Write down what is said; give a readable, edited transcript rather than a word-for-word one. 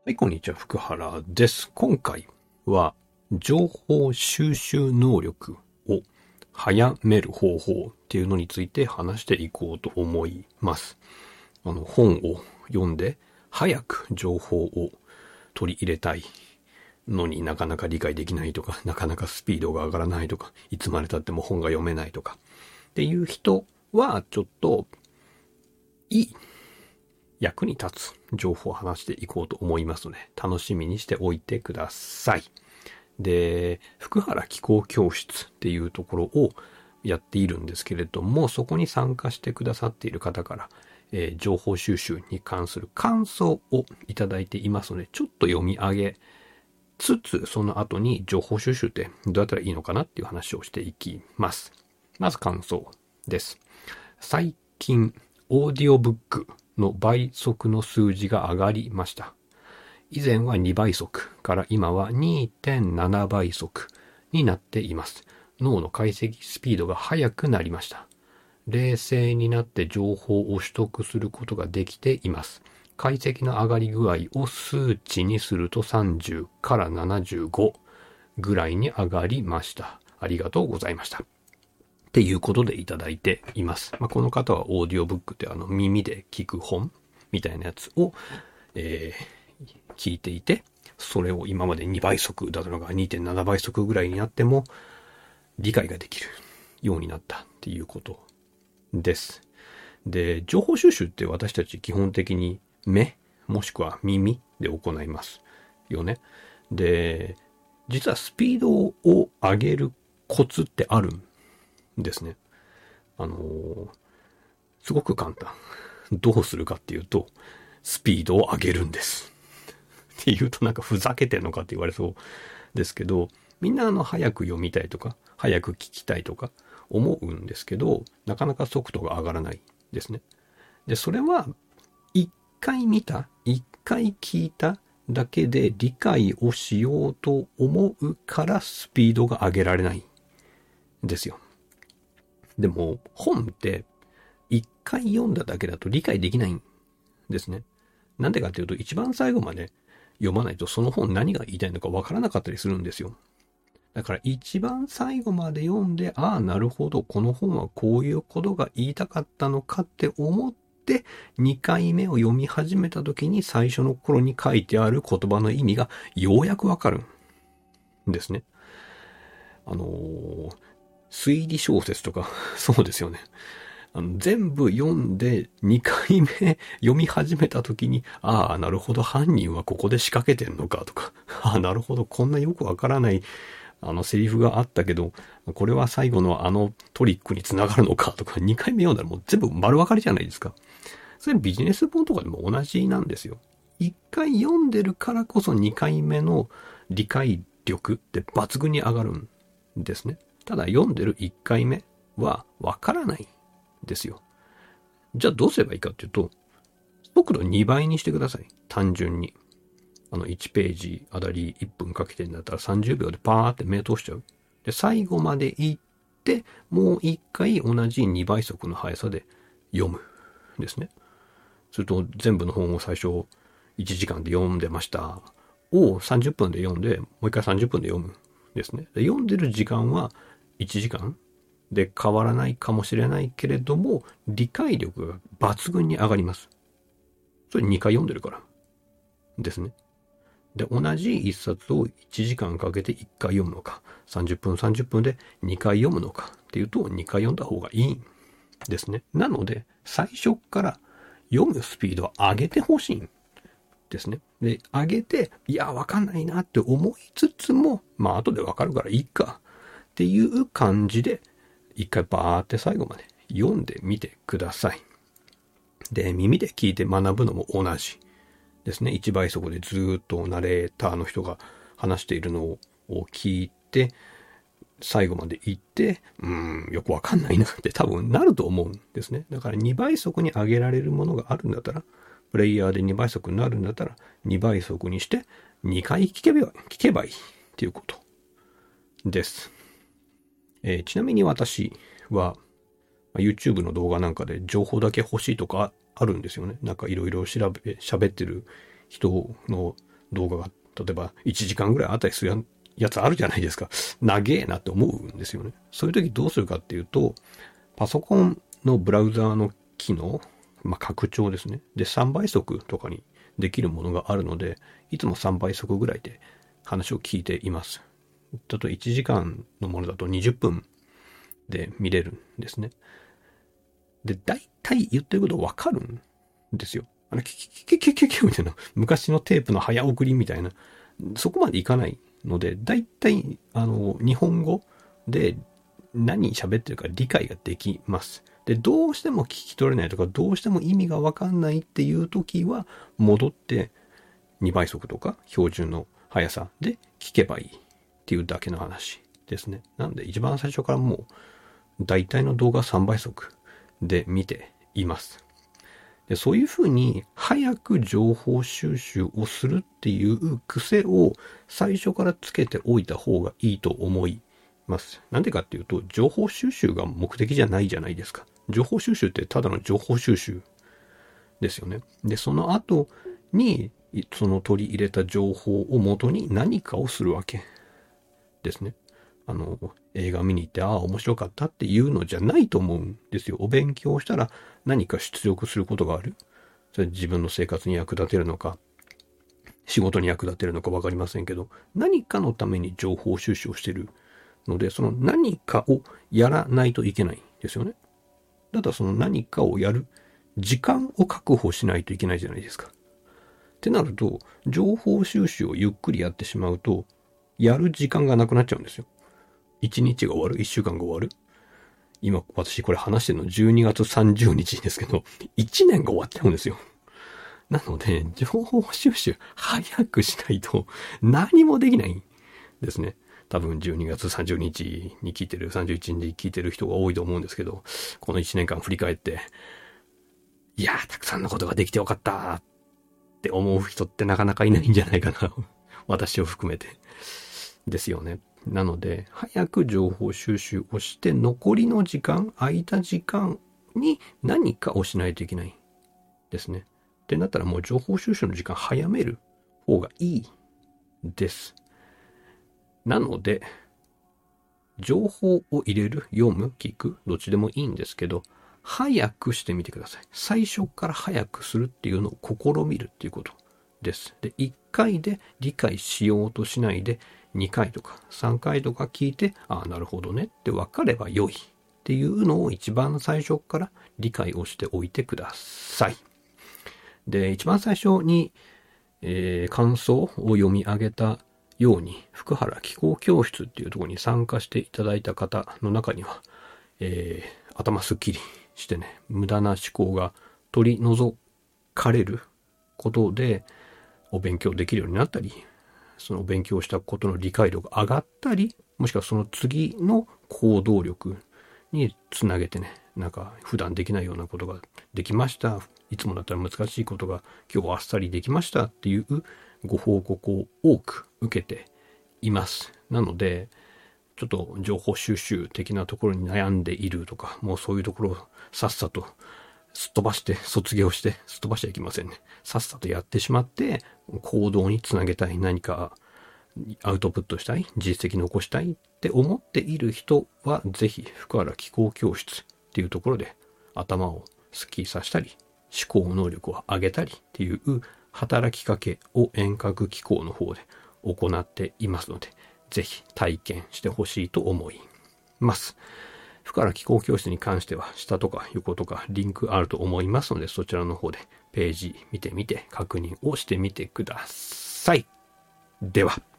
はい、こんにちは、福原です。今回は、情報収集能力を早める方法っていうのについて話していこうと思います。本を読んで、早く情報を取り入れたいのになかなか理解できないとか、なかなかスピードが上がらないとか、いつまで経っても本が読めないとか、っていう人は、ちょっと、いい役に立つ情報を話していこうと思いますので、楽しみにしておいてください。で、福原気候教室っていうところをやっているんですけれども、そこに参加してくださっている方から、情報収集に関する感想をいただいていますので、ちょっと読み上げつつ、その後に情報収集ってどうやったらいいのかなっていう話をしていきます。まず感想です。最近、オーディオブックの倍速の数字が上がりました。以前は2倍速から今は 2.7 倍速になっています。脳の解析スピードが速くなりました。冷静になって情報を取得することができています。解析の上がり具合を数値にすると30から75ぐらいに上がりました。ありがとうございました。っていうことでいただいています。この方はオーディオブックって耳で聞く本みたいなやつを、聞いていて、それを今まで2倍速だったのが 2.7 倍速ぐらいになっても理解ができるようになったっていうことです。で、情報収集って私たち基本的に目もしくは耳で行いますよね。で、実はスピードを上げるコツってあるんですね。すごく簡単。どうするかっていうと、スピードを上げるんです。って言うとなんかふざけてんのかって言われそうですけど、みんな早く読みたいとか、早く聞きたいとか思うんですけど、なかなか速度が上がらないですね。で、それは、一回見た、一回聞いただけで理解をしようと思うからスピードが上げられないんですよ。でも、本って一回読んだだけだと理解できないんですね。なんでかっていうと、一番最後まで読まないとその本何が言いたいのかわからなかったりするんですよ。だから一番最後まで読んで、ああ、なるほど、この本はこういうことが言いたかったのかって思って、2回目を読み始めた時に最初の頃に書いてある言葉の意味がようやくわかるんですね。推理小説とか、そうですよね。全部読んで2回目読み始めた時に、ああ、なるほど、犯人はここで仕掛けてんのかとか、ああ、なるほど、こんなよくわからないセリフがあったけど、これは最後のトリックにつながるのかとか、2回目読んだらもう全部丸分かりじゃないですか。それビジネス本とかでも同じなんですよ。1回読んでるからこそ2回目の理解力って抜群に上がるんですね。ただ読んでる1回目はわからないんですよ。じゃあどうすればいいかっていうと、速度2倍にしてください。単純に。1ページあたり1分かけてんだったら30秒でパーって目通しちゃう。で、最後まで行って、もう1回同じ2倍速の速さで読む。ですね。すると全部の本を最初1時間で読んでました。を30分で読んで、もう一回30分で読む。ですね。で、読んでる時間は1時間で変わらないかもしれないけれども、理解力が抜群に上がります。それ2回読んでるから。ですね。で、同じ一冊を1時間かけて1回読むのか、30分30分で2回読むのかっていうと、2回読んだ方がいいんですね。なので、最初から読むスピードを上げてほしいんですね。で、上げて、いや、わかんないなって思いつつも、後でわかるからいいかっていう感じで、一回バーって最後まで読んでみてください。で、耳で聞いて学ぶのも同じですね。1倍速でずっとナレーターの人が話しているのを聞いて、最後まで行って、よくわかんないなって多分なると思うんですね。だから2倍速に上げられるものがあるんだったら、プレイヤーで2倍速になるんだったら、2倍速にして2回聞けばいいっていうことです。ちなみに私は、YouTube の動画なんかで情報だけ欲しいとかあるんですよね。なんかいろいろ喋ってる人の動画が、例えば1時間ぐらいあったりするやつあるじゃないですか。長えなって思うんですよね。そういう時どうするかっていうと、パソコンのブラウザーの機能、拡張ですね。で、3倍速とかにできるものがあるので、いつも3倍速ぐらいで話を聞いています。だと1時間のものだと20分で見れるんですね。で、大体言ってることわかるんですよ。キみたいな、昔のテープの早送りみたいな、そこまでいかないので、大体、日本語で何喋ってるか理解ができます。で、どうしても聞き取れないとか、どうしても意味がわかんないっていう時は、戻って2倍速とか標準の速さで聞けばいいっていうだけの話ですね。なんで一番最初からもう大体の動画3倍速で見ています。で、そういうふうに早く情報収集をするっていう癖を最初からつけておいた方がいいと思います。なんでかっていうと、情報収集が目的じゃないじゃないですか。情報収集ってただの情報収集ですよね。で、その後に、その取り入れた情報を元に何かをするわけですね。映画見に行って、面白かったっていうのじゃないと思うんですよ。お勉強したら何か出力することがある。それ自分の生活に役立てるのか、仕事に役立てるのかわかりませんけど、何かのために情報収集をしているので、その何かをやらないといけないですよね。だからその何かをやる時間を確保しないといけないじゃないですか。ってなると、情報収集をゆっくりやってしまうと、やる時間がなくなっちゃうんですよ。1日が終わる ?1 週間が終わる。今、私これ話してるの12月30日ですけど、1年が終わっちゃうんですよ。なので、情報収集早くしないと何もできないんですね。多分12月30日に聞いてる、31日に聞いてる人が多いと思うんですけど、この1年間振り返って、いやー、たくさんのことができてよかったって思う人ってなかなかいないんじゃないかな。私を含めて。ですよね。なので、早く情報収集をして、残りの時間、空いた時間に何かをしないといけないですね。ってなったらもう情報収集の時間早める方がいいです。なので、情報を入れる、読む、聞く、どっちでもいいんですけど、早くしてみてください。最初から早くするっていうのを試みるっていうことです。で、1回で理解しようとしないで、2回とか3回とか聞いて、なるほどねって分かれば良いっていうのを一番最初から理解をしておいてください。で、一番最初に、感想を読み上げたように、福原気候教室っていうところに参加していただいた方の中には、頭すっきりしてね、無駄な思考が取り除かれることで、お勉強できるようになったり、その勉強したことの理解度が上がったり、もしくはその次の行動力につなげてね、なんか普段できないようなことができました。いつもだったら難しいことが今日はあっさりできましたっていうご報告を多く受けています。なので、ちょっと情報収集的なところに悩んでいるとか、もうそういうところをさっさとすっ飛ばして、卒業して、すっ飛ばしちゃいけませんね。さっさとやってしまって、行動につなげたい、何かアウトプットしたい、実績残したいって思っている人は、ぜひ、福原気候教室っていうところで、頭をスッキリさせたり、思考能力を上げたりっていう働きかけを遠隔機構の方で行っていますので、ぜひ体験してほしいと思います。福原気候教室に関しては下とか横とかリンクあると思いますので、そちらの方でページ見てみて確認をしてみてください。では。